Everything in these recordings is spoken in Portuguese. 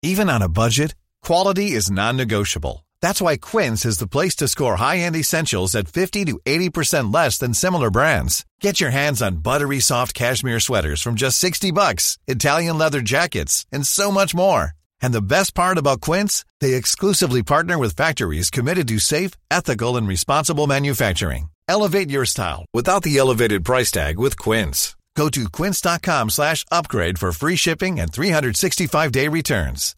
Even on a budget, quality is non-negotiable. That's why Quince is the place to score high-end essentials at 50 to 80% less than similar brands. Get your hands on buttery soft cashmere sweaters from just $60, Italian leather jackets, and so much more. And the best part about Quince, they exclusively partner with factories committed to safe, ethical, and responsible manufacturing. Elevate your style without the elevated price tag with Quince. Go to quince.com/upgrade for free shipping and 365-day returns.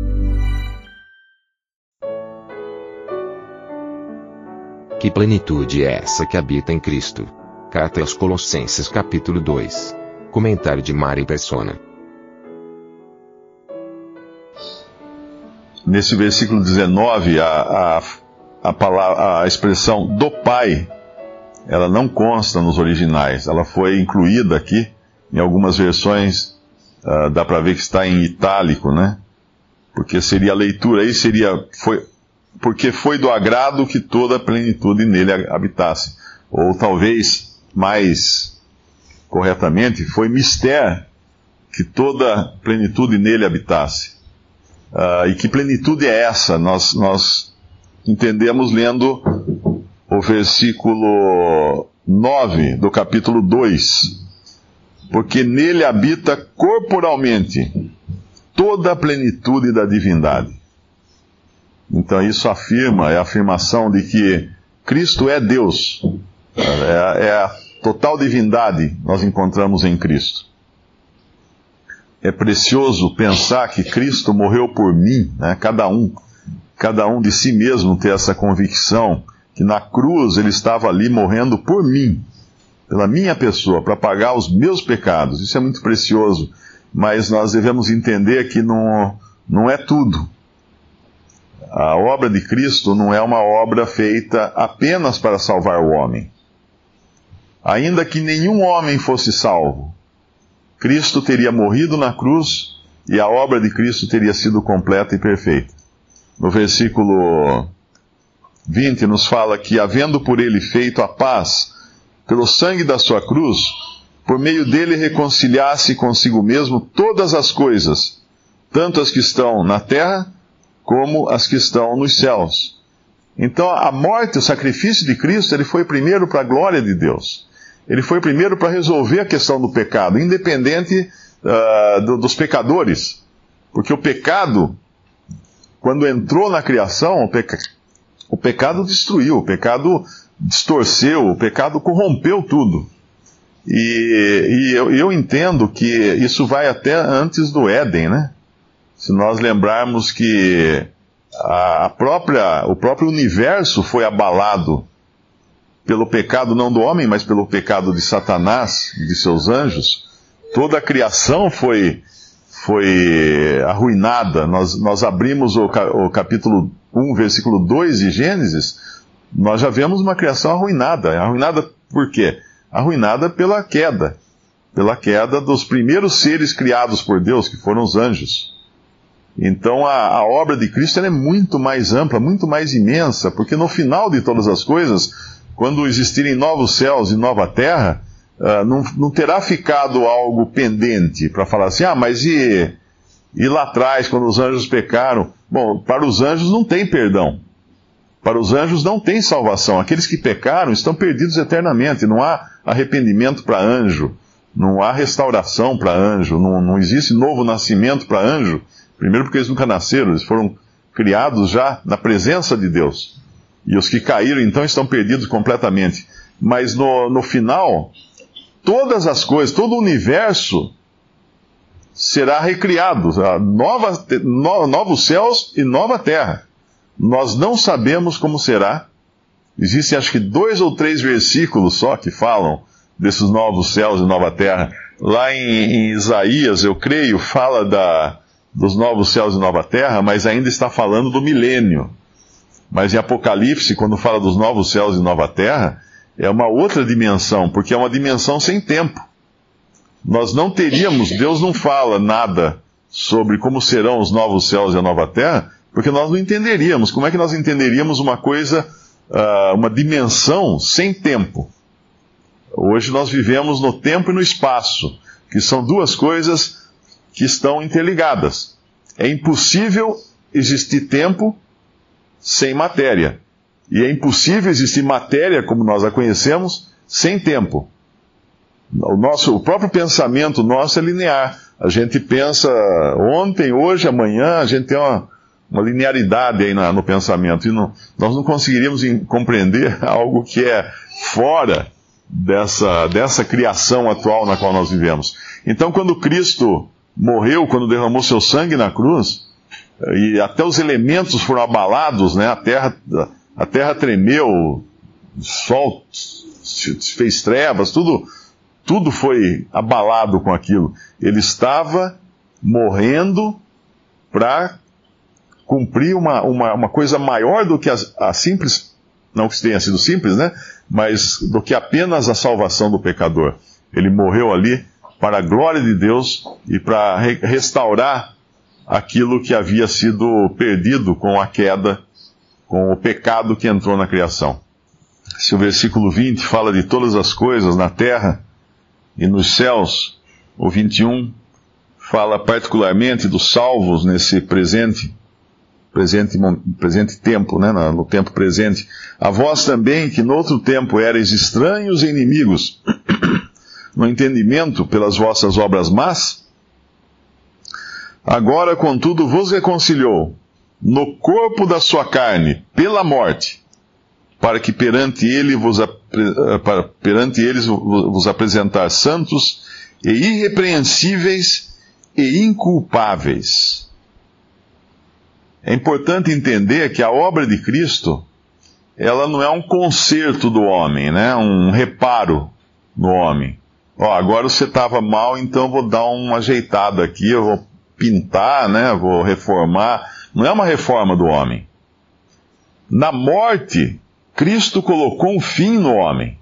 Que plenitude é essa que habita em Cristo? Carta aos Colossenses capítulo 2. Comentário de Mari Persona. Nesse versículo 19, a expressão do Pai, ela não consta nos originais. Ela foi incluída aqui, em algumas versões, dá para ver que está em itálico, né? Porque seria a leitura aí, porque foi do agrado que toda a plenitude nele habitasse. Ou talvez, mais corretamente, foi mister que toda a plenitude nele habitasse. E que plenitude é essa? Nós entendemos lendo o versículo 9 do capítulo 2. Porque nele habita corporalmente toda a plenitude da divindade. Então isso é a afirmação de que Cristo é Deus. É a total divindade nós encontramos em Cristo. É precioso pensar que Cristo morreu por mim, né? Cada um de si mesmo ter essa convicção que na cruz ele estava ali morrendo por mim, pela minha pessoa, para pagar os meus pecados. Isso é muito precioso, mas nós devemos entender que não é tudo. A obra de Cristo não é uma obra feita apenas para salvar o homem. Ainda que nenhum homem fosse salvo, Cristo teria morrido na cruz e a obra de Cristo teria sido completa e perfeita. No versículo 20 nos fala que, havendo por ele feito a paz pelo sangue da sua cruz, por meio dele reconciliasse consigo mesmo todas as coisas, tanto as que estão na terra como as que estão nos céus. Então a morte, o sacrifício de Cristo, ele foi primeiro para a glória de Deus. Ele foi primeiro para resolver a questão do pecado, independente dos pecadores. Porque o pecado, quando entrou na criação, o pecado destruiu, o pecado distorceu, o pecado corrompeu tudo. E eu entendo que isso vai até antes do Éden, né? Se nós lembrarmos que o próprio universo foi abalado pelo pecado não do homem, mas pelo pecado de Satanás e de seus anjos, toda a criação foi arruinada. Nós abrimos o capítulo 1, versículo 2 de Gênesis, nós já vemos uma criação arruinada. Arruinada por quê? Arruinada pela queda dos primeiros seres criados por Deus, que foram os anjos. Então a obra de Cristo ela é muito mais ampla, muito mais imensa, porque no final de todas as coisas, quando existirem novos céus e nova terra, não terá ficado algo pendente para falar assim, mas e lá atrás, quando os anjos pecaram? Bom, para os anjos não tem perdão. Para os anjos não tem salvação. Aqueles que pecaram estão perdidos eternamente. Não há arrependimento para anjo. Não há restauração para anjo. Não existe novo nascimento para anjo. Primeiro porque eles nunca nasceram. Eles foram criados já na presença de Deus. E os que caíram então estão perdidos completamente. Mas no final, todas as coisas, todo o universo será recriado. Novos céus e nova terra. Nós não sabemos como será. Existem acho que 2 ou 3 versículos só que falam desses novos céus e nova terra. Lá em Isaías, eu creio, fala dos novos céus e nova terra, mas ainda está falando do milênio. Mas em Apocalipse, quando fala dos novos céus e nova terra, é uma outra dimensão, porque é uma dimensão sem tempo. Nós não teríamos, Deus não fala nada sobre como serão os novos céus e a nova terra, porque nós não entenderíamos. Como é que nós entenderíamos uma coisa, uma dimensão sem tempo? Hoje nós vivemos no tempo e no espaço, que são duas coisas que estão interligadas. É impossível existir tempo sem matéria. E é impossível existir matéria, como nós a conhecemos, sem tempo. O próprio pensamento nosso é linear. A gente pensa ontem, hoje, amanhã, a gente tem uma linearidade aí no pensamento. E nós não conseguiríamos compreender algo que é fora dessa criação atual na qual nós vivemos. Então, quando Cristo morreu, quando derramou seu sangue na cruz, e até os elementos foram abalados, né? A terra tremeu, o sol fez trevas, tudo foi abalado com aquilo. Ele estava morrendo para cumprir uma coisa maior do que a simples, não que tenha sido simples, né? Mas do que apenas a salvação do pecador. Ele morreu ali para a glória de Deus e para restaurar aquilo que havia sido perdido com a queda, com o pecado que entrou na criação. Se o versículo 20 fala de todas as coisas na terra e nos céus, o 21 fala particularmente dos salvos nesse presente tempo, né, no tempo presente. A vós também, que no outro tempo erais estranhos e inimigos, no entendimento pelas vossas obras más, agora, contudo, vos reconciliou no corpo da sua carne, pela morte, para que perante eles vos apresentar santos e irrepreensíveis e inculpáveis. É importante entender que a obra de Cristo, ela não é um conserto do homem, né? Um reparo no homem. Agora você estava mal, então eu vou dar uma ajeitada aqui, eu vou pintar, né? Vou reformar. Não é uma reforma do homem. Na morte, Cristo colocou um fim no homem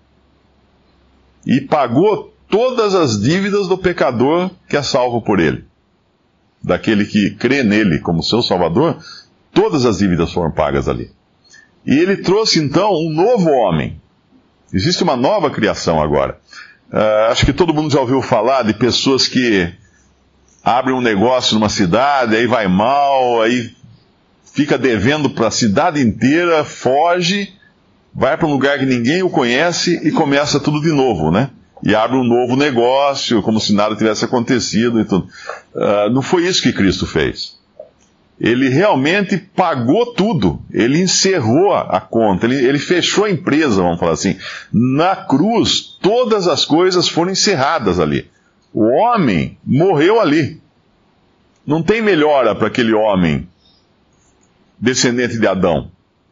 e pagou todas as dívidas do pecador que é salvo por ele. Daquele que crê nele como seu Salvador, todas as dívidas foram pagas ali. E ele trouxe então um novo homem. Existe uma nova criação agora. Acho que todo mundo já ouviu falar de pessoas que abrem um negócio numa cidade, aí vai mal, aí fica devendo para a cidade inteira, foge, vai para um lugar que ninguém o conhece e começa tudo de novo, né? E abre um novo negócio, como se nada tivesse acontecido e tudo. Não foi isso que Cristo fez. Ele realmente pagou tudo. Ele encerrou a conta. Ele fechou a empresa, vamos falar assim. Na cruz, todas as coisas foram encerradas ali. O homem morreu ali. Não tem melhora para aquele homem descendente de Adão.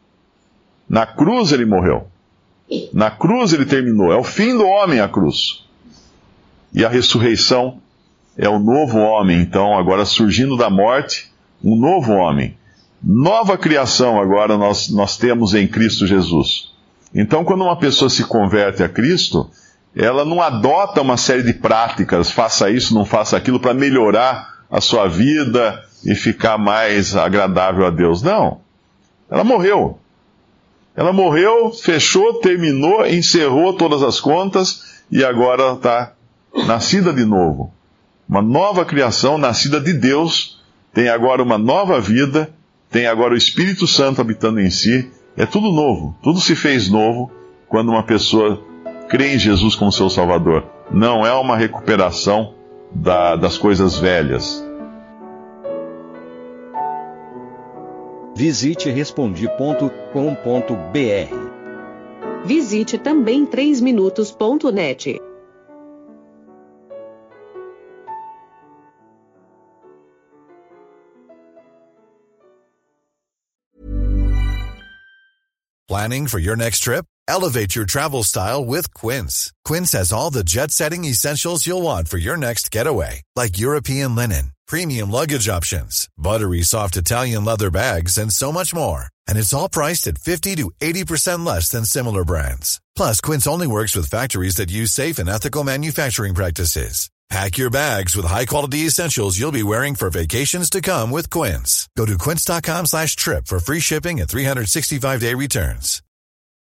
Na cruz ele morreu. Na cruz ele terminou. É o fim do homem a cruz. E a ressurreição é o novo homem, então, agora surgindo da morte, um novo homem. Nova criação agora nós temos em Cristo Jesus. Então, quando uma pessoa se converte a Cristo, ela não adota uma série de práticas, faça isso, não faça aquilo, para melhorar a sua vida e ficar mais agradável a Deus. Não. Ela morreu. Ela morreu, fechou, terminou, encerrou todas as contas e agora está nascida de novo. Uma nova criação, nascida de Deus, tem agora uma nova vida, tem agora o Espírito Santo habitando em si. É tudo novo, tudo se fez novo quando uma pessoa crê em Jesus como seu Salvador. Não é uma recuperação das coisas velhas. Visite Respondi.com.br. Visite também 3minutos.net. Planning for your next trip? Elevate your travel style with Quince. Quince has all the jet-setting essentials you'll want for your next getaway, like European linen, premium luggage options, buttery soft Italian leather bags, and so much more. And it's all priced at 50 to 80% less than similar brands. Plus, Quince only works with factories that use safe and ethical manufacturing practices. Pack your bags with high-quality essentials you'll be wearing for vacations to come with Quince. Go to quince.com/trip for free shipping and 365-day returns.